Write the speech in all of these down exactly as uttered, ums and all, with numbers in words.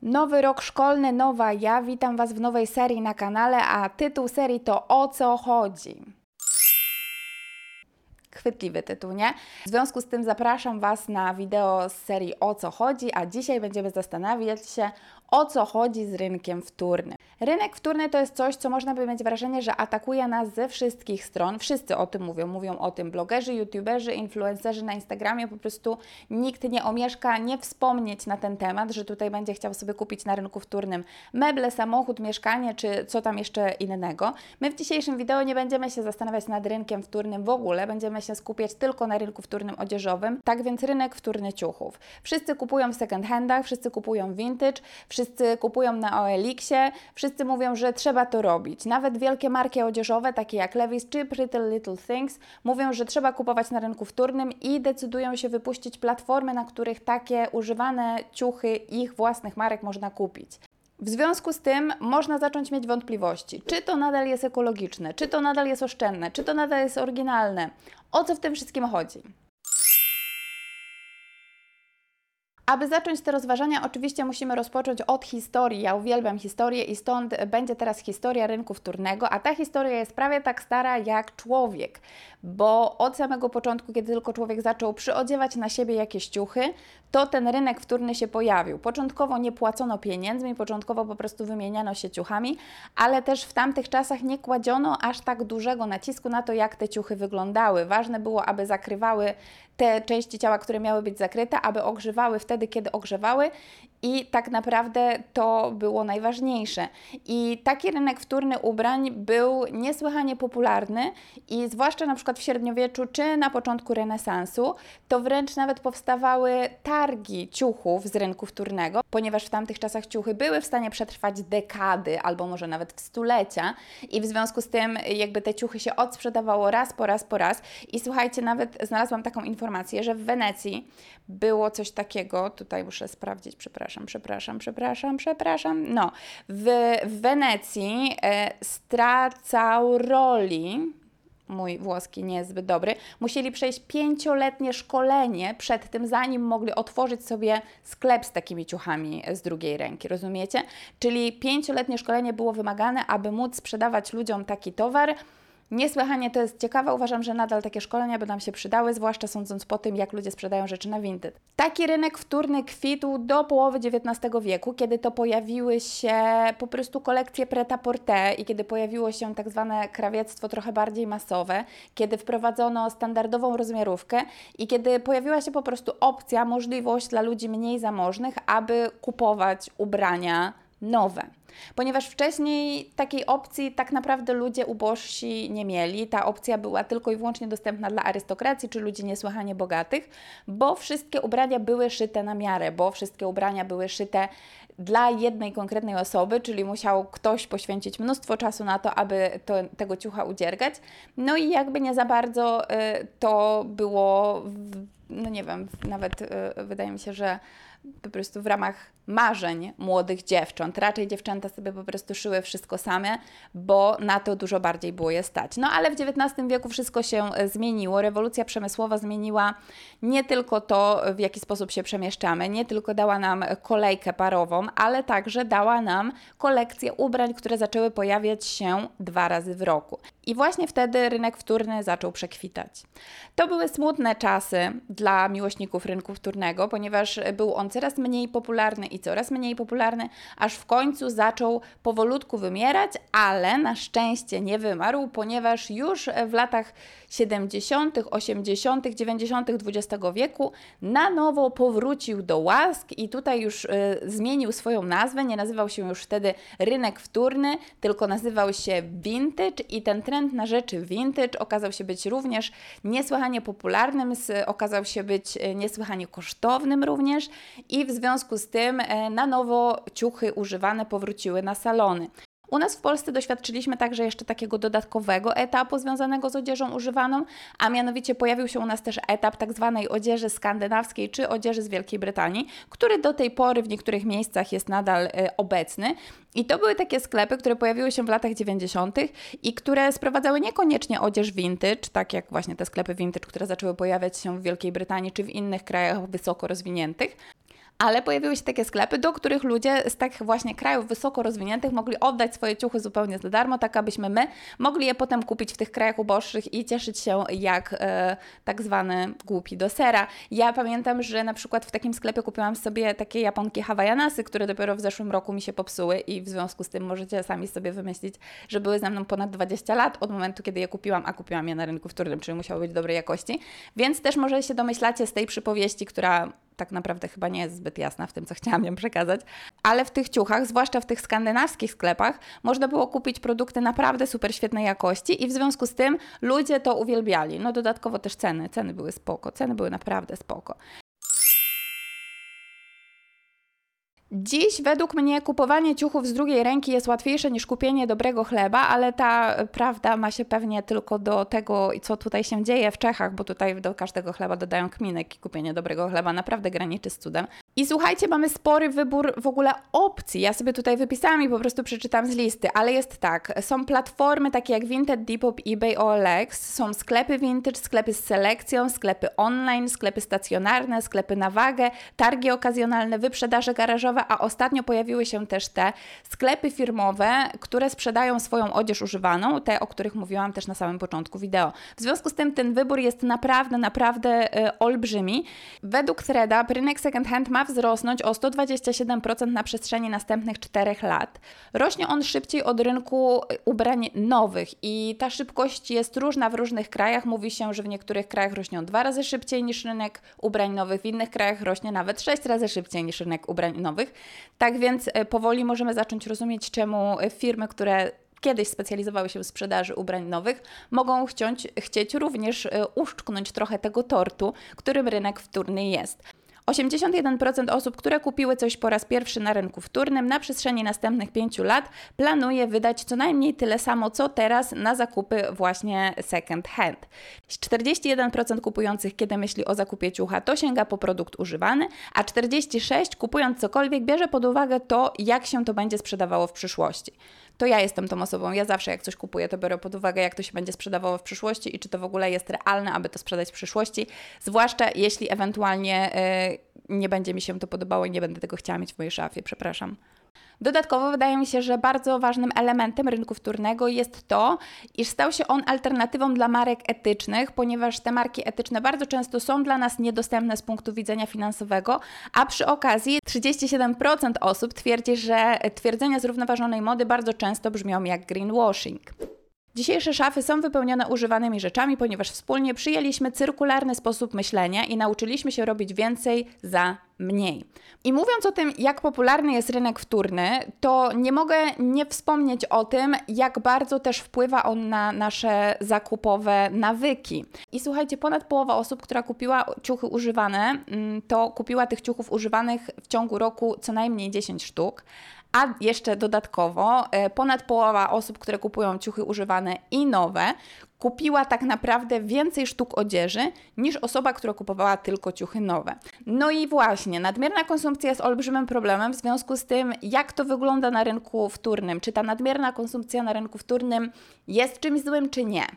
Nowy rok szkolny, nowa ja. Witam Was w nowej serii na kanale, a tytuł serii to O co chodzi? Chwytliwy tytuł, nie? W związku z tym zapraszam Was na wideo z serii O co chodzi, a dzisiaj będziemy zastanawiać się, o co chodzi z rynkiem wtórnym. Rynek wtórny to jest coś, co można by mieć wrażenie, że atakuje nas ze wszystkich stron. Wszyscy o tym mówią. Mówią o tym blogerzy, youtuberzy, influencerzy na Instagramie. Po prostu nikt nie omieszka nie wspomnieć na ten temat, że tutaj będzie chciał sobie kupić na rynku wtórnym meble, samochód, mieszkanie, czy co tam jeszcze innego. My w dzisiejszym wideo nie będziemy się zastanawiać nad rynkiem wtórnym w ogóle. Będziemy się skupiać tylko na rynku wtórnym odzieżowym. Tak więc rynek wtórny ciuchów. Wszyscy kupują w second handach, wszyscy kupują vintage, wszyscy kupują na O L X-ie, wszyscy mówią, że trzeba to robić. Nawet wielkie marki odzieżowe, takie jak Levi's czy Pretty Little Things, mówią, że trzeba kupować na rynku wtórnym i decydują się wypuścić platformy, na których takie używane ciuchy ich własnych marek można kupić. W związku z tym można zacząć mieć wątpliwości, czy to nadal jest ekologiczne, czy to nadal jest oszczędne, czy to nadal jest oryginalne. O co w tym wszystkim chodzi? Aby zacząć te rozważania, oczywiście musimy rozpocząć od historii. Ja uwielbiam historię i stąd będzie teraz historia rynku wtórnego, a ta historia jest prawie tak stara jak człowiek, bo od samego początku, kiedy tylko człowiek zaczął przyodziewać na siebie jakieś ciuchy, to ten rynek wtórny się pojawił. Początkowo nie płacono pieniędzmi, początkowo po prostu wymieniano się ciuchami, ale też w tamtych czasach nie kładziono aż tak dużego nacisku na to, jak te ciuchy wyglądały. Ważne było, aby zakrywały te części ciała, które miały być zakryte, aby ogrzewały wtedy, kiedy ogrzewały i tak naprawdę to było najważniejsze. I taki rynek wtórny ubrań był niesłychanie popularny i zwłaszcza na przykład w średniowieczu czy na początku renesansu, to wręcz nawet powstawały targi ciuchów z rynku wtórnego, ponieważ w tamtych czasach ciuchy były w stanie przetrwać dekady albo może nawet w stulecia i w związku z tym jakby te ciuchy się odsprzedawało raz po raz po raz i słuchajcie, nawet znalazłam taką informację, że w Wenecji było coś takiego, tutaj muszę sprawdzić, przepraszam, przepraszam, przepraszam, przepraszam, no, w, w Wenecji e, Stracciaroli, mój włoski nie jest zbyt dobry, musieli przejść pięcioletnie szkolenie przed tym, zanim mogli otworzyć sobie sklep z takimi ciuchami z drugiej ręki, rozumiecie? Czyli pięcioletnie szkolenie było wymagane, aby móc sprzedawać ludziom taki towar. Niesłychanie to jest ciekawe, uważam, że nadal takie szkolenia by nam się przydały, zwłaszcza sądząc po tym, jak ludzie sprzedają rzeczy na Vinted. Taki rynek wtórny kwitł do połowy dziewiętnastego wieku, kiedy to pojawiły się po prostu kolekcje prêt-à-porter i kiedy pojawiło się tak zwane krawiectwo trochę bardziej masowe, kiedy wprowadzono standardową rozmiarówkę i kiedy pojawiła się po prostu opcja, możliwość dla ludzi mniej zamożnych, aby kupować ubrania nowe. Ponieważ wcześniej takiej opcji tak naprawdę ludzie ubożsi nie mieli. Ta opcja była tylko i wyłącznie dostępna dla arystokracji czy ludzi niesłychanie bogatych, bo wszystkie ubrania były szyte na miarę, bo wszystkie ubrania były szyte dla jednej konkretnej osoby, czyli musiał ktoś poświęcić mnóstwo czasu na to, aby to, tego ciucha udziergać. No i jakby nie za bardzo y, to było, w, no nie wiem, nawet y, wydaje mi się, że po prostu w ramach marzeń młodych dziewcząt. Raczej dziewczęta sobie po prostu szyły wszystko same, bo na to dużo bardziej było je stać. No ale w dziewiętnastym wieku wszystko się zmieniło. Rewolucja przemysłowa zmieniła nie tylko to, w jaki sposób się przemieszczamy, nie tylko dała nam kolejkę parową, ale także dała nam kolekcję ubrań, które zaczęły pojawiać się dwa razy w roku. I właśnie wtedy rynek wtórny zaczął przekwitać. To były smutne czasy dla miłośników rynku wtórnego, ponieważ był on coraz mniej popularny i coraz mniej popularny, aż w końcu zaczął powolutku wymierać, ale na szczęście nie wymarł, ponieważ już w latach siedemdziesiątych, osiemdziesiątych, dziewięćdziesiątych dwudziestego wieku na nowo powrócił do łask i tutaj już y, zmienił swoją nazwę, nie nazywał się już wtedy rynek wtórny, tylko nazywał się vintage i ten trend na rzeczy vintage okazał się być również niesłychanie popularnym, okazał się być niesłychanie kosztownym również i w związku z tym na nowo ciuchy używane powróciły na salony. U nas w Polsce doświadczyliśmy także jeszcze takiego dodatkowego etapu związanego z odzieżą używaną, a mianowicie pojawił się u nas też etap tak zwanej odzieży skandynawskiej czy odzieży z Wielkiej Brytanii, który do tej pory w niektórych miejscach jest nadal y, obecny. I to były takie sklepy, które pojawiły się w latach dziewięćdziesiątych i które sprowadzały niekoniecznie odzież vintage, tak jak właśnie te sklepy vintage, które zaczęły pojawiać się w Wielkiej Brytanii czy w innych krajach wysoko rozwiniętych, Ale pojawiły się takie sklepy, do których ludzie z takich właśnie krajów wysoko rozwiniętych mogli oddać swoje ciuchy zupełnie za darmo, tak abyśmy my mogli je potem kupić w tych krajach uboższych i cieszyć się jak e, tak zwany głupi do sera. Ja pamiętam, że na przykład w takim sklepie kupiłam sobie takie japonki hawaianasy, które dopiero w zeszłym roku mi się popsuły i w związku z tym możecie sami sobie wymyślić, że były ze mną ponad dwadzieścia lat od momentu, kiedy je kupiłam, a kupiłam je na rynku wtórnym, czyli musiały być dobrej jakości. Więc też może się domyślacie z tej przypowieści, która tak naprawdę chyba nie jest zbyt jasna w tym, co chciałam ją przekazać, ale w tych ciuchach, zwłaszcza w tych skandynawskich sklepach, można było kupić produkty naprawdę super świetnej jakości i w związku z tym ludzie to uwielbiali. No dodatkowo też ceny, ceny były spoko, ceny były naprawdę spoko. Dziś według mnie kupowanie ciuchów z drugiej ręki jest łatwiejsze niż kupienie dobrego chleba, ale ta prawda ma się pewnie tylko do tego, co tutaj się dzieje w Czechach, bo tutaj do każdego chleba dodają kminek i kupienie dobrego chleba naprawdę graniczy z cudem. I słuchajcie, mamy spory wybór w ogóle opcji. Ja sobie tutaj wypisałam i po prostu przeczytam z listy, ale jest tak. Są platformy takie jak Vinted, Depop, eBay, O L X, są sklepy vintage, sklepy z selekcją, sklepy online, sklepy stacjonarne, sklepy na wagę, targi okazjonalne, wyprzedaże garażowe, a ostatnio pojawiły się też te sklepy firmowe, które sprzedają swoją odzież używaną, te, o których mówiłam też na samym początku wideo. W związku z tym ten wybór jest naprawdę, naprawdę y, olbrzymi. Według Threada rynek second hand ma wzrosnąć o sto dwadzieścia siedem procent na przestrzeni następnych czterech lat. Rośnie on szybciej od rynku ubrań nowych i ta szybkość jest różna w różnych krajach. Mówi się, że w niektórych krajach rośnie on dwa razy szybciej niż rynek ubrań nowych, w innych krajach rośnie nawet sześć razy szybciej niż rynek ubrań nowych. Tak więc powoli możemy zacząć rozumieć, czemu firmy, które kiedyś specjalizowały się w sprzedaży ubrań nowych, mogą chcieć, chcieć również uszczknąć trochę tego tortu, którym rynek wtórny jest. osiemdziesiąt jeden procent osób, które kupiły coś po raz pierwszy na rynku wtórnym na przestrzeni następnych pięciu lat planuje wydać co najmniej tyle samo, co teraz na zakupy właśnie second hand. czterdzieści jeden procent kupujących, kiedy myśli o zakupie ciucha, to sięga po produkt używany, a czterdzieści sześć procent kupując cokolwiek bierze pod uwagę to, jak się to będzie sprzedawało w przyszłości. To ja jestem tą osobą, ja zawsze jak coś kupuję, to biorę pod uwagę, jak to się będzie sprzedawało w przyszłości i czy to w ogóle jest realne, aby to sprzedać w przyszłości, zwłaszcza jeśli ewentualnie yy, nie będzie mi się to podobało i nie będę tego chciała mieć w mojej szafie, przepraszam. Dodatkowo wydaje mi się, że bardzo ważnym elementem rynku wtórnego jest to, iż stał się on alternatywą dla marek etycznych, ponieważ te marki etyczne bardzo często są dla nas niedostępne z punktu widzenia finansowego, a przy okazji trzydzieści siedem procent osób twierdzi, że twierdzenia zrównoważonej mody bardzo często brzmią jak greenwashing. Dzisiejsze szafy są wypełnione używanymi rzeczami, ponieważ wspólnie przyjęliśmy cyrkularny sposób myślenia i nauczyliśmy się robić więcej za mniej. I mówiąc o tym, jak popularny jest rynek wtórny, to nie mogę nie wspomnieć o tym, jak bardzo też wpływa on na nasze zakupowe nawyki. I słuchajcie, ponad połowa osób, która kupiła ciuchy używane, to kupiła tych ciuchów używanych w ciągu roku co najmniej dziesięć sztuk. A jeszcze dodatkowo ponad połowa osób, które kupują ciuchy używane i nowe, kupiła tak naprawdę więcej sztuk odzieży niż osoba, która kupowała tylko ciuchy nowe. No i właśnie, nadmierna konsumpcja jest olbrzymim problemem w związku z tym, jak to wygląda na rynku wtórnym. Czy ta nadmierna konsumpcja na rynku wtórnym jest czymś złym, czy nie?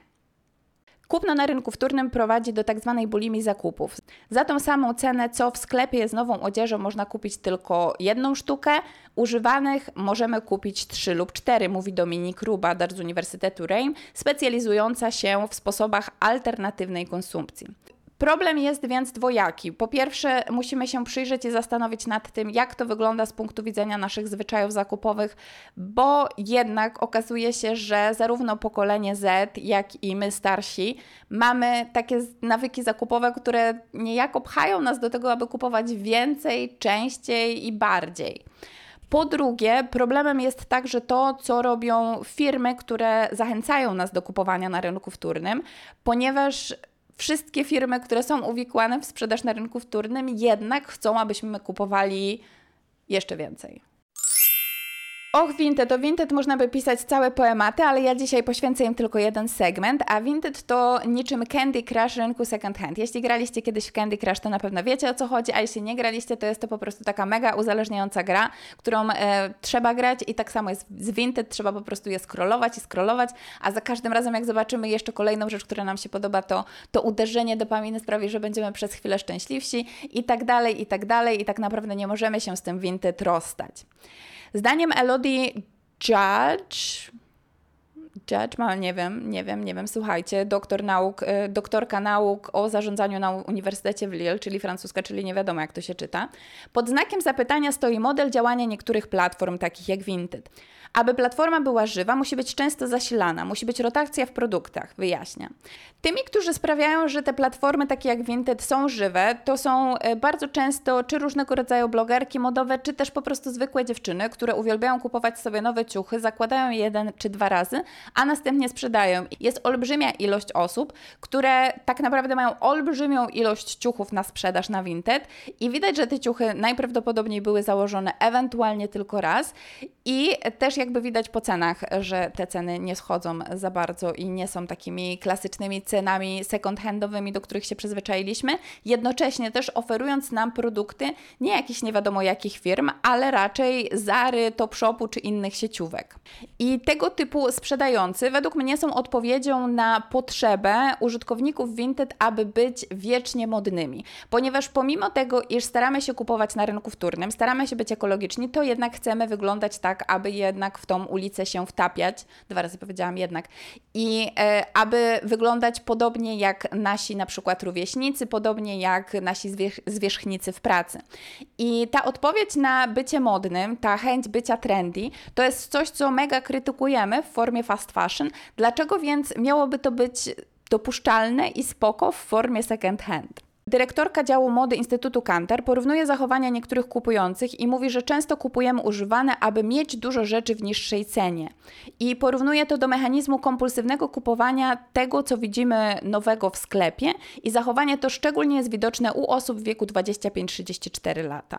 Kupno na rynku wtórnym prowadzi do tak zwanej bulimii zakupów. Za tą samą cenę, co w sklepie z nową odzieżą można kupić tylko jedną sztukę, używanych możemy kupić trzy lub cztery, mówi Dominik Rubadar z Uniwersytetu Reim, specjalizująca się w sposobach alternatywnej konsumpcji. Problem jest więc dwojaki. Po pierwsze, musimy się przyjrzeć i zastanowić nad tym, jak to wygląda z punktu widzenia naszych zwyczajów zakupowych, bo jednak okazuje się, że zarówno pokolenie Z, jak i my starsi mamy takie nawyki zakupowe, które niejako pchają nas do tego, aby kupować więcej, częściej i bardziej. Po drugie, problemem jest także to, co robią firmy, które zachęcają nas do kupowania na rynku wtórnym, ponieważ wszystkie firmy, które są uwikłane w sprzedaż na rynku wtórnym, jednak chcą, abyśmy kupowali jeszcze więcej. Och, Vinted, o Vinted można by pisać całe poematy, ale ja dzisiaj poświęcę im tylko jeden segment, a Vinted to niczym Candy Crush rynku second hand. Jeśli graliście kiedyś w Candy Crush, to na pewno wiecie, o co chodzi, a jeśli nie graliście, to jest to po prostu taka mega uzależniająca gra, którą e, trzeba grać i tak samo jest z Vinted, trzeba po prostu je scrollować i scrollować, a za każdym razem jak zobaczymy jeszcze kolejną rzecz, która nam się podoba, to, to uderzenie dopaminy sprawi, że będziemy przez chwilę szczęśliwsi i tak dalej, i tak dalej i tak naprawdę nie możemy się z tym Vinted rozstać. Zdaniem Elodie Judge, Judge, ma, nie wiem, nie wiem, nie wiem, słuchajcie, doktor nauk, doktorka nauk o zarządzaniu na Uniwersytecie w Lille, czyli francuska, czyli nie wiadomo jak to się czyta, pod znakiem zapytania stoi model działania niektórych platform, takich jak Vinted. Aby platforma była żywa, musi być często zasilana, musi być rotacja w produktach, wyjaśnia. Tymi, którzy sprawiają, że te platformy takie jak Vinted są żywe, to są bardzo często czy różnego rodzaju blogerki modowe, czy też po prostu zwykłe dziewczyny, które uwielbiają kupować sobie nowe ciuchy, zakładają je jeden czy dwa razy, a następnie sprzedają. Jest olbrzymia ilość osób, które tak naprawdę mają olbrzymią ilość ciuchów na sprzedaż na Vinted i widać, że te ciuchy najprawdopodobniej były założone ewentualnie tylko raz i też jakby widać po cenach, że te ceny nie schodzą za bardzo i nie są takimi klasycznymi cenami second-handowymi, do których się przyzwyczailiśmy, jednocześnie też oferując nam produkty nie jakichś nie wiadomo jakich firm, ale raczej Zary, Topshopu czy innych sieciówek. I tego typu sprzedający według mnie są odpowiedzią na potrzebę użytkowników Vinted, aby być wiecznie modnymi, ponieważ pomimo tego, iż staramy się kupować na rynku wtórnym, staramy się być ekologiczni, to jednak chcemy wyglądać tak, aby jednak w tą ulicę się wtapiać, dwa razy powiedziałam jednak, i e, aby wyglądać podobnie jak nasi na przykład rówieśnicy, podobnie jak nasi zwierz- zwierzchnicy w pracy. I ta odpowiedź na bycie modnym, ta chęć bycia trendy, to jest coś, co mega krytykujemy w formie fast fashion. Dlaczego więc miałoby to być dopuszczalne i spoko w formie second hand? Dyrektorka działu mody Instytutu Kantar porównuje zachowania niektórych kupujących i mówi, że często kupujemy używane, aby mieć dużo rzeczy w niższej cenie. I porównuje to do mechanizmu kompulsywnego kupowania tego, co widzimy nowego w sklepie i zachowanie to szczególnie jest widoczne u osób w wieku dwadzieścia pięć do trzydziestu czterech lat.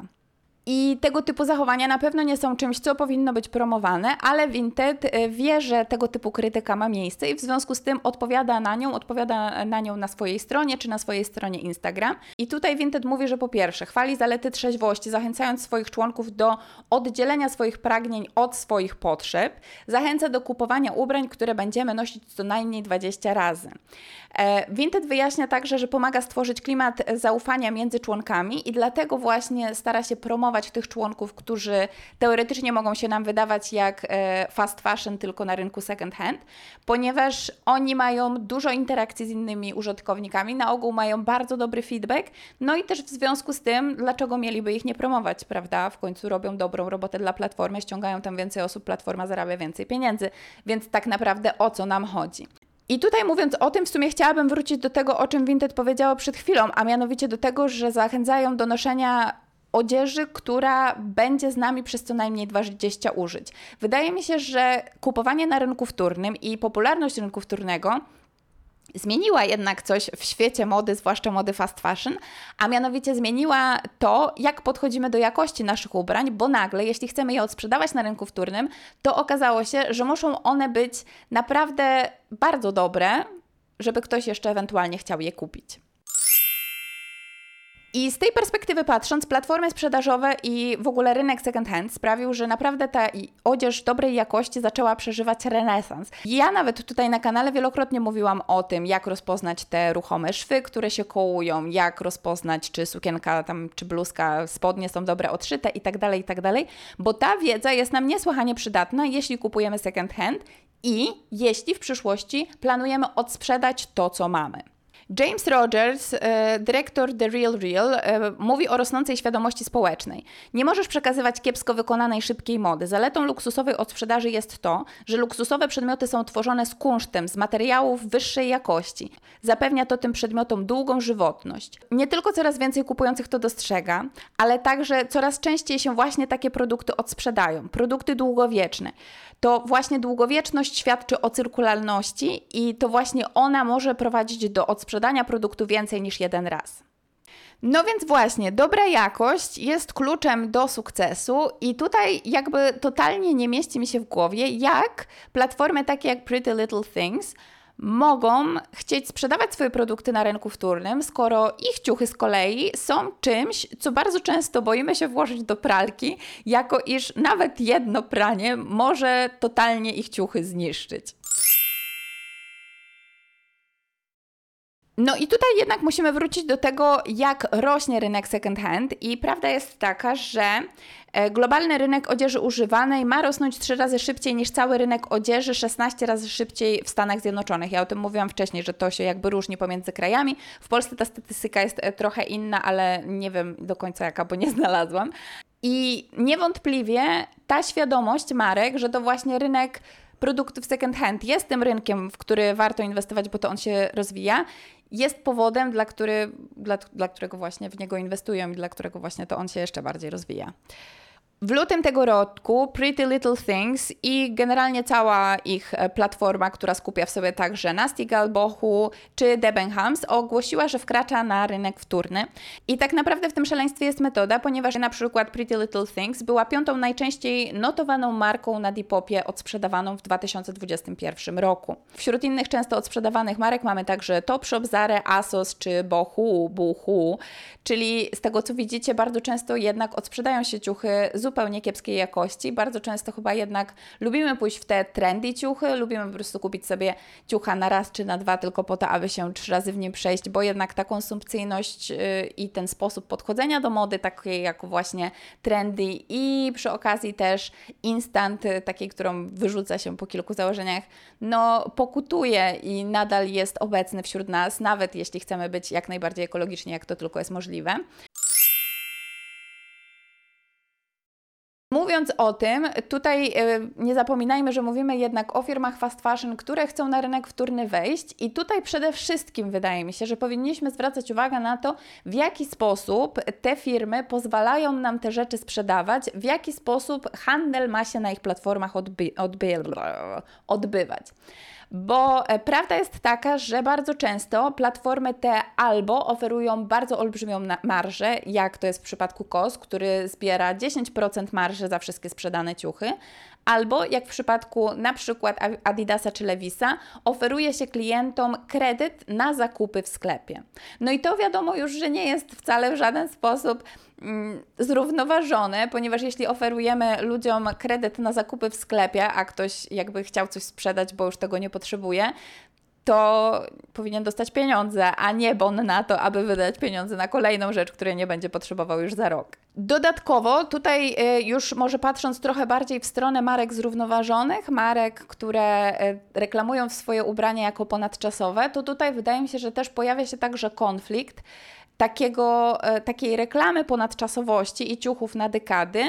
I tego typu zachowania na pewno nie są czymś, co powinno być promowane, ale Vinted wie, że tego typu krytyka ma miejsce i w związku z tym odpowiada na nią, odpowiada na nią na swojej stronie czy na swojej stronie Instagram. I tutaj Vinted mówi, że po pierwsze chwali zalety trzeźwości, zachęcając swoich członków do oddzielenia swoich pragnień od swoich potrzeb, zachęca do kupowania ubrań, które będziemy nosić co najmniej dwadzieścia razy. Vinted wyjaśnia także, że pomaga stworzyć klimat zaufania między członkami i dlatego właśnie stara się promować tych członków, którzy teoretycznie mogą się nam wydawać jak fast fashion tylko na rynku second hand, ponieważ oni mają dużo interakcji z innymi użytkownikami, na ogół mają bardzo dobry feedback, no i też w związku z tym, dlaczego mieliby ich nie promować, prawda? W końcu robią dobrą robotę dla platformy, ściągają tam więcej osób, platforma zarabia więcej pieniędzy, więc tak naprawdę o co nam chodzi? I tutaj mówiąc o tym, w sumie chciałabym wrócić do tego, o czym Vinted powiedziało przed chwilą, a mianowicie do tego, że zachęcają do noszenia odzieży, która będzie z nami przez co najmniej dwadzieścia użyć. Wydaje mi się, że kupowanie na rynku wtórnym i popularność rynku wtórnego zmieniła jednak coś w świecie mody, zwłaszcza mody fast fashion, a mianowicie zmieniła to, jak podchodzimy do jakości naszych ubrań, bo nagle, jeśli chcemy je odsprzedawać na rynku wtórnym, to okazało się, że muszą one być naprawdę bardzo dobre, żeby ktoś jeszcze ewentualnie chciał je kupić. I z tej perspektywy patrząc, platformy sprzedażowe i w ogóle rynek second hand sprawił, że naprawdę ta odzież dobrej jakości zaczęła przeżywać renesans. Ja nawet tutaj na kanale wielokrotnie mówiłam o tym, jak rozpoznać te ruchome szwy, które się kołują, jak rozpoznać, czy sukienka tam, czy bluzka, spodnie są dobre odszyte i tak dalej, i tak dalej, bo ta wiedza jest nam niesłychanie przydatna, jeśli kupujemy second hand i jeśli w przyszłości planujemy odsprzedać to, co mamy. James Rogers, e, dyrektor The Real Real, e, mówi o rosnącej świadomości społecznej. Nie możesz przekazywać kiepsko wykonanej szybkiej mody. Zaletą luksusowej odsprzedaży jest to, że luksusowe przedmioty są tworzone z kunsztem, z materiałów wyższej jakości. Zapewnia to tym przedmiotom długą żywotność. Nie tylko coraz więcej kupujących to dostrzega, ale także coraz częściej się właśnie takie produkty odsprzedają. Produkty długowieczne. To właśnie długowieczność świadczy o cyrkularności i to właśnie ona może prowadzić do odsprzedania produktu więcej niż jeden raz. No więc właśnie, dobra jakość jest kluczem do sukcesu i tutaj jakby totalnie nie mieści mi się w głowie, jak platformy takie jak Pretty Little Things mogą chcieć sprzedawać swoje produkty na rynku wtórnym, skoro ich ciuchy z kolei są czymś, co bardzo często boimy się włożyć do pralki, jako iż nawet jedno pranie może totalnie ich ciuchy zniszczyć. No i tutaj jednak musimy wrócić do tego, jak rośnie rynek second hand i prawda jest taka, że globalny rynek odzieży używanej ma rosnąć trzy razy szybciej niż cały rynek odzieży, szesnaście razy szybciej w Stanach Zjednoczonych. Ja o tym mówiłam wcześniej, że to się jakby różni pomiędzy krajami. W Polsce ta statystyka jest trochę inna, ale nie wiem do końca jaka, bo nie znalazłam. I niewątpliwie ta świadomość marek, że to właśnie rynek produktów second hand jest tym rynkiem, w który warto inwestować, bo to on się rozwija, jest powodem, dla, który, dla, dla którego właśnie w niego inwestują i dla którego właśnie to on się jeszcze bardziej rozwija. W lutym tego roku Pretty Little Things i generalnie cała ich platforma, która skupia w sobie także Nasty Gal, Boohoo czy Debenhams, ogłosiła, że wkracza na rynek wtórny. I tak naprawdę w tym szaleństwie jest metoda, ponieważ na przykład Pretty Little Things była piątą najczęściej notowaną marką na Depopie odsprzedawaną w dwa tysiące dwudziestym pierwszym roku. Wśród innych często odsprzedawanych marek mamy także Topshop, Zara, Asos czy Boohoo, Boohoo, czyli z tego co widzicie bardzo często jednak odsprzedają się ciuchy zupełnie kiepskiej jakości. Bardzo często chyba jednak lubimy pójść w te trendy ciuchy, lubimy po prostu kupić sobie ciucha na raz czy na dwa tylko po to, aby się trzy razy w nim przejść, bo jednak ta konsumpcyjność yy, i ten sposób podchodzenia do mody, takiej jak właśnie trendy i przy okazji też instant, yy, takiej, którą wyrzuca się po kilku założeniach, no pokutuje i nadal jest obecny wśród nas, nawet jeśli chcemy być jak najbardziej ekologiczni, jak to tylko jest możliwe. Mówiąc o tym, tutaj yy, nie zapominajmy, że mówimy jednak o firmach fast fashion, które chcą na rynek wtórny wejść i tutaj przede wszystkim wydaje mi się, że powinniśmy zwracać uwagę na to, w jaki sposób te firmy pozwalają nam te rzeczy sprzedawać, w jaki sposób handel ma się na ich platformach odby odby odbywać. Bo prawda jest taka, że bardzo często platformy te albo oferują bardzo olbrzymią marżę, jak to jest w przypadku C O S, który zbiera dziesięć procent marży za wszystkie sprzedane ciuchy, albo jak w przypadku na przykład Adidasa czy Levisa oferuje się klientom kredyt na zakupy w sklepie. No i to wiadomo już, że nie jest wcale w żaden sposób mm, zrównoważone, ponieważ jeśli oferujemy ludziom kredyt na zakupy w sklepie, a ktoś jakby chciał coś sprzedać, bo już tego nie potrzebuje, to powinien dostać pieniądze, a nie bon na to, aby wydać pieniądze na kolejną rzecz, której nie będzie potrzebował już za rok. Dodatkowo tutaj już może patrząc trochę bardziej w stronę marek zrównoważonych, marek, które reklamują swoje ubrania jako ponadczasowe, to tutaj wydaje mi się, że też pojawia się także konflikt takiego, takiej reklamy ponadczasowości i ciuchów na dekady,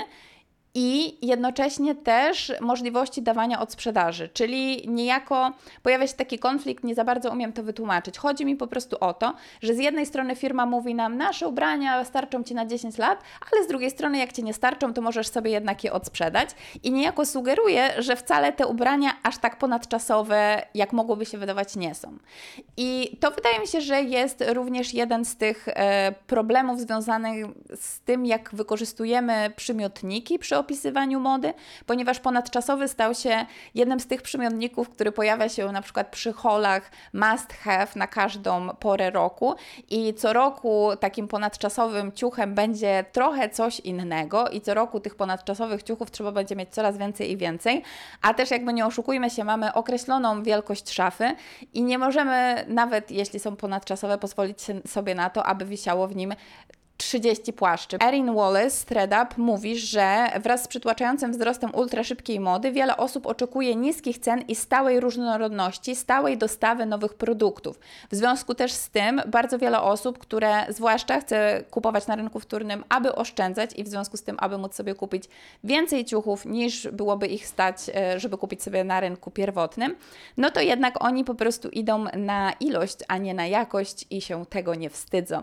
i jednocześnie też możliwości dawania odsprzedaży, czyli niejako pojawia się taki konflikt, nie za bardzo umiem to wytłumaczyć. Chodzi mi po prostu o to, że z jednej strony firma mówi nam, nasze ubrania starczą Ci na dziesięć lat, ale z drugiej strony jak Ci nie starczą, to możesz sobie jednak je odsprzedać i niejako sugeruje, że wcale te ubrania aż tak ponadczasowe, jak mogłoby się wydawać, nie są. I to wydaje mi się, że jest również jeden z tych e, problemów związanych z tym, jak wykorzystujemy przymiotniki przy opisywaniu mody, ponieważ ponadczasowy stał się jednym z tych przymiotników, który pojawia się na przykład przy haulach must have na każdą porę roku i co roku takim ponadczasowym ciuchem będzie trochę coś innego i co roku tych ponadczasowych ciuchów trzeba będzie mieć coraz więcej i więcej, a też jakby nie oszukujmy się, mamy określoną wielkość szafy i nie możemy nawet jeśli są ponadczasowe pozwolić sobie na to, aby wisiało w nim trzydzieści płaszczy. Erin Wallace z ThreadUp mówi, że wraz z przytłaczającym wzrostem ultraszybkiej mody wiele osób oczekuje niskich cen i stałej różnorodności, stałej dostawy nowych produktów. W związku też z tym bardzo wiele osób, które zwłaszcza chce kupować na rynku wtórnym, aby oszczędzać i w związku z tym, aby móc sobie kupić więcej ciuchów niż byłoby ich stać, żeby kupić sobie na rynku pierwotnym, no to jednak oni po prostu idą na ilość, a nie na jakość i się tego nie wstydzą.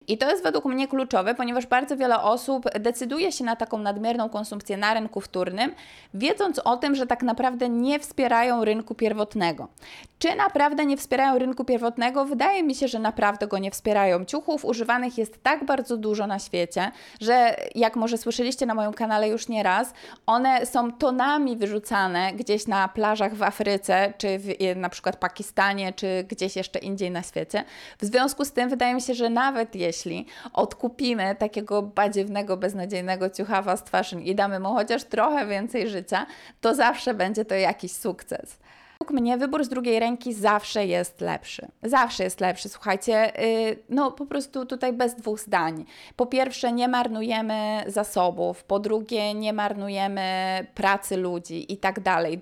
I to jest według mnie kluczowe, ponieważ bardzo wiele osób decyduje się na taką nadmierną konsumpcję na rynku wtórnym, wiedząc o tym, że tak naprawdę nie wspierają rynku pierwotnego. Czy naprawdę nie wspierają rynku pierwotnego? Wydaje mi się, że naprawdę go nie wspierają. Ciuchów używanych jest tak bardzo dużo na świecie, że jak może słyszeliście na moim kanale już nieraz, one są tonami wyrzucane gdzieś na plażach w Afryce, czy w na przykład Pakistanie, czy gdzieś jeszcze indziej na świecie. W związku z tym wydaje mi się, że nawet jeśli odkupimy takiego badziewnego, beznadziejnego ciucha fast fashion i damy mu chociaż trochę więcej życia, to zawsze będzie to jakiś sukces. Według mnie wybór z drugiej ręki zawsze jest lepszy. Zawsze jest lepszy, słuchajcie, yy, no po prostu tutaj bez dwóch zdań. Po pierwsze, nie marnujemy zasobów, po drugie, nie marnujemy pracy ludzi i tak dalej.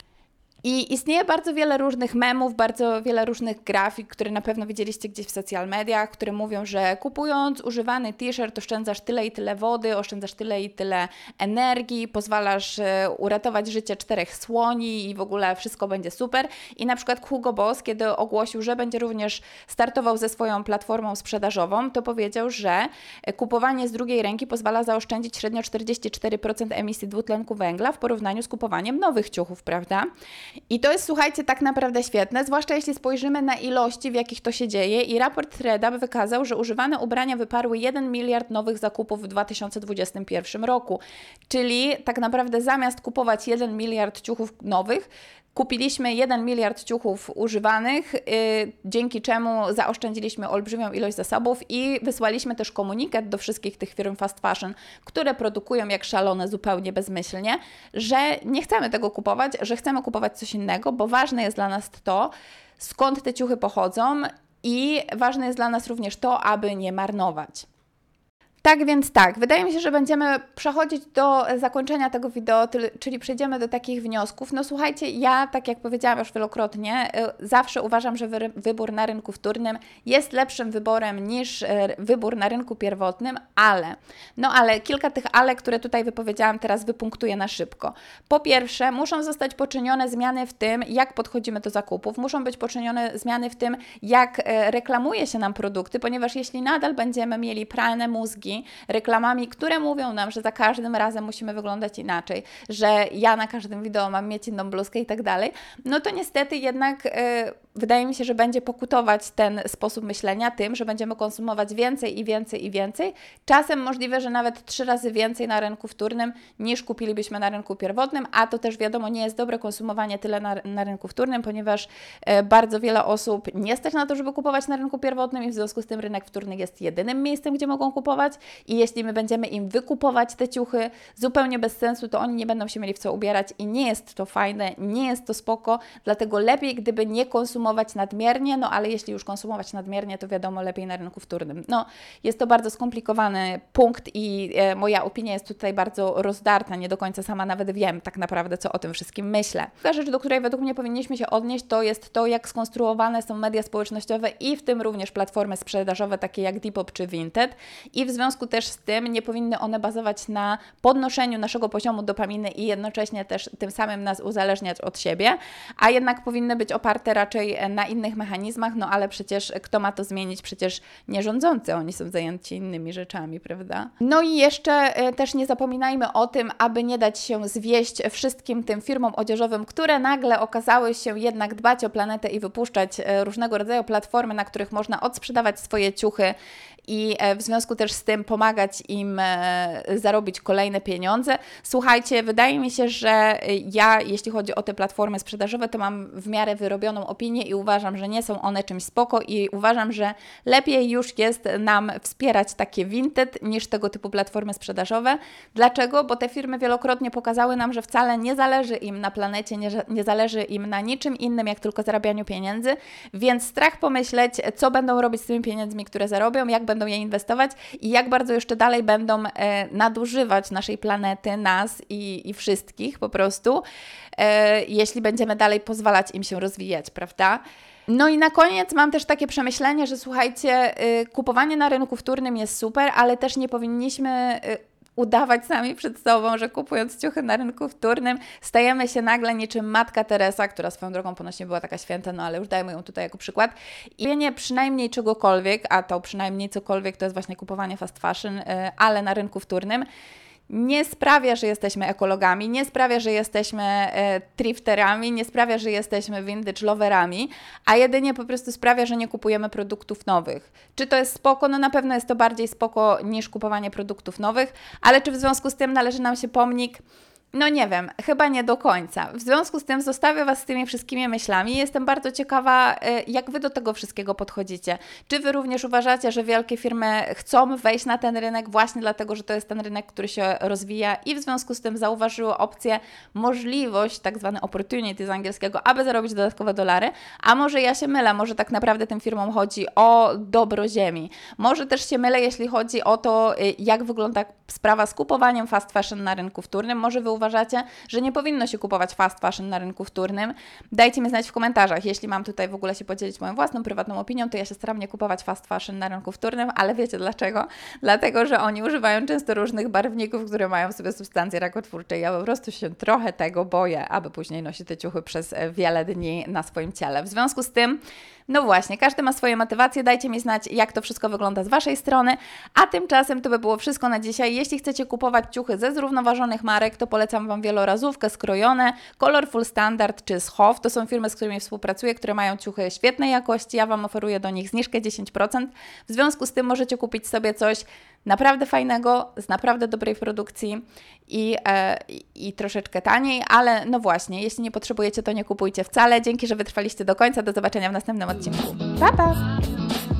I istnieje bardzo wiele różnych memów, bardzo wiele różnych grafik, które na pewno widzieliście gdzieś w social mediach, które mówią, że kupując używany t-shirt oszczędzasz tyle i tyle wody, oszczędzasz tyle i tyle energii, pozwalasz e, uratować życie czterech słoni i w ogóle wszystko będzie super. I na przykład Hugo Boss, kiedy ogłosił, że będzie również startował ze swoją platformą sprzedażową, to powiedział, że kupowanie z drugiej ręki pozwala zaoszczędzić średnio czterdzieści cztery procent emisji dwutlenku węgla w porównaniu z kupowaniem nowych ciuchów, prawda? I to jest, słuchajcie, tak naprawdę świetne, zwłaszcza jeśli spojrzymy na ilości, w jakich to się dzieje i raport Treda wykazał, że używane ubrania wyparły jeden miliard nowych zakupów w dwa tysiące dwudziestym pierwszym roku, czyli tak naprawdę zamiast kupować jeden miliard ciuchów nowych, kupiliśmy jeden miliard ciuchów używanych, yy, dzięki czemu zaoszczędziliśmy olbrzymią ilość zasobów i wysłaliśmy też komunikat do wszystkich tych firm fast fashion, które produkują jak szalone zupełnie bezmyślnie, że nie chcemy tego kupować, że chcemy kupować coś innego, bo ważne jest dla nas to, skąd te ciuchy pochodzą i ważne jest dla nas również to, aby nie marnować. Tak więc tak, wydaje mi się, że będziemy przechodzić do zakończenia tego wideo, czyli przejdziemy do takich wniosków. No słuchajcie, ja, tak jak powiedziałam już wielokrotnie, zawsze uważam, że wybór na rynku wtórnym jest lepszym wyborem niż wybór na rynku pierwotnym, ale, no ale kilka tych ale, które tutaj wypowiedziałam, teraz wypunktuję na szybko. Po pierwsze, muszą zostać poczynione zmiany w tym, jak podchodzimy do zakupów, muszą być poczynione zmiany w tym, jak reklamuje się nam produkty, ponieważ jeśli nadal będziemy mieli prane mózgi reklamami, które mówią nam, że za każdym razem musimy wyglądać inaczej, że ja na każdym wideo mam mieć inną bluzkę i tak dalej, no to niestety jednak yy, wydaje mi się, że będzie pokutować ten sposób myślenia tym, że będziemy konsumować więcej i więcej i więcej, czasem możliwe, że nawet trzy razy więcej na rynku wtórnym niż kupilibyśmy na rynku pierwotnym, a to też wiadomo nie jest dobre konsumowanie tyle na, na rynku wtórnym, ponieważ yy, bardzo wiele osób nie stać na to, żeby kupować na rynku pierwotnym i w związku z tym rynek wtórny jest jedynym miejscem, gdzie mogą kupować. I jeśli my będziemy im wykupować te ciuchy zupełnie bez sensu, to oni nie będą się mieli w co ubierać i nie jest to fajne, nie jest to spoko, dlatego lepiej gdyby nie konsumować nadmiernie, no ale jeśli już konsumować nadmiernie, to wiadomo, lepiej na rynku wtórnym. No, jest to bardzo skomplikowany punkt i e, moja opinia jest tutaj bardzo rozdarta, nie do końca sama nawet wiem tak naprawdę, co o tym wszystkim myślę. Druga rzecz, do której według mnie powinniśmy się odnieść, to jest to, jak skonstruowane są media społecznościowe i w tym również platformy sprzedażowe, takie jak Depop czy Vinted i w związku też z tym nie powinny one bazować na podnoszeniu naszego poziomu dopaminy i jednocześnie też tym samym nas uzależniać od siebie, a jednak powinny być oparte raczej na innych mechanizmach, no ale przecież kto ma to zmienić? Przecież nie rządzący, oni są zajęci innymi rzeczami, prawda? No i jeszcze też nie zapominajmy o tym, aby nie dać się zwieść wszystkim tym firmom odzieżowym, które nagle okazały się jednak dbać o planetę i wypuszczać różnego rodzaju platformy, na których można odsprzedawać swoje ciuchy i w związku też z tym pomagać im zarobić kolejne pieniądze. Słuchajcie, wydaje mi się, że ja, jeśli chodzi o te platformy sprzedażowe, to mam w miarę wyrobioną opinię i uważam, że nie są one czymś spoko i uważam, że lepiej już jest nam wspierać takie Vinted niż tego typu platformy sprzedażowe. Dlaczego? Bo te firmy wielokrotnie pokazały nam, że wcale nie zależy im na planecie, nie, nie zależy im na niczym innym, jak tylko zarabianiu pieniędzy, więc strach pomyśleć, co będą robić z tymi pieniędzmi, które zarobią, jak będą je inwestować i jak bardzo jeszcze dalej będą e, nadużywać naszej planety, nas i, i wszystkich po prostu, e, jeśli będziemy dalej pozwalać im się rozwijać, prawda? No i na koniec mam też takie przemyślenie, że słuchajcie, y, kupowanie na rynku wtórnym jest super, ale też nie powinniśmy y, udawać sami przed sobą, że kupując ciuchy na rynku wtórnym stajemy się nagle niczym Matka Teresa, która swoją drogą ponoć nie była taka święta, no ale już dajmy ją tutaj jako przykład. I nie przynajmniej czegokolwiek, a to przynajmniej cokolwiek to jest właśnie kupowanie fast fashion, ale na rynku wtórnym, nie sprawia, że jesteśmy ekologami, nie sprawia, że jesteśmy e, thrifterami, nie sprawia, że jesteśmy vintage loverami, a jedynie po prostu sprawia, że nie kupujemy produktów nowych. Czy to jest spoko? No na pewno jest to bardziej spoko niż kupowanie produktów nowych, ale czy w związku z tym należy nam się pomnik? No nie wiem, chyba nie do końca. W związku z tym zostawię Was z tymi wszystkimi myślami. Jestem bardzo ciekawa, jak Wy do tego wszystkiego podchodzicie. Czy Wy również uważacie, że wielkie firmy chcą wejść na ten rynek właśnie dlatego, że to jest ten rynek, który się rozwija i w związku z tym zauważyły opcję, możliwość, tak zwany opportunity z angielskiego, aby zarobić dodatkowe dolary, a może ja się mylę, może tak naprawdę tym firmom chodzi o dobro ziemi. Może też się mylę, jeśli chodzi o to, jak wygląda sprawa z kupowaniem fast fashion na rynku wtórnym. Może Wy uważacie, że nie powinno się kupować fast fashion na rynku wtórnym? Dajcie mi znać w komentarzach. Jeśli mam tutaj w ogóle się podzielić moją własną, prywatną opinią, to ja się staram nie kupować fast fashion na rynku wtórnym, ale wiecie dlaczego? Dlatego, że oni używają często różnych barwników, które mają w sobie substancje rakotwórcze. Ja po prostu się trochę tego boję, aby później nosić te ciuchy przez wiele dni na swoim ciele. W związku z tym, no właśnie, każdy ma swoje motywacje. Dajcie mi znać, jak to wszystko wygląda z Waszej strony. A tymczasem to by było wszystko na dzisiaj. Jeśli chcecie kupować ciuchy ze zrównoważonych marek, to polecam Wam wielorazówkę, skrojone, Colorful Standard czy Schow. To są firmy, z którymi współpracuję, które mają ciuchy świetnej jakości. Ja Wam oferuję do nich zniżkę dziesięć procent. W związku z tym możecie kupić sobie coś naprawdę fajnego, z naprawdę dobrej produkcji i, e, i troszeczkę taniej, ale no właśnie, jeśli nie potrzebujecie, to nie kupujcie wcale. Dzięki, że wytrwaliście do końca. Do zobaczenia w następnym odcinku. Pa, pa!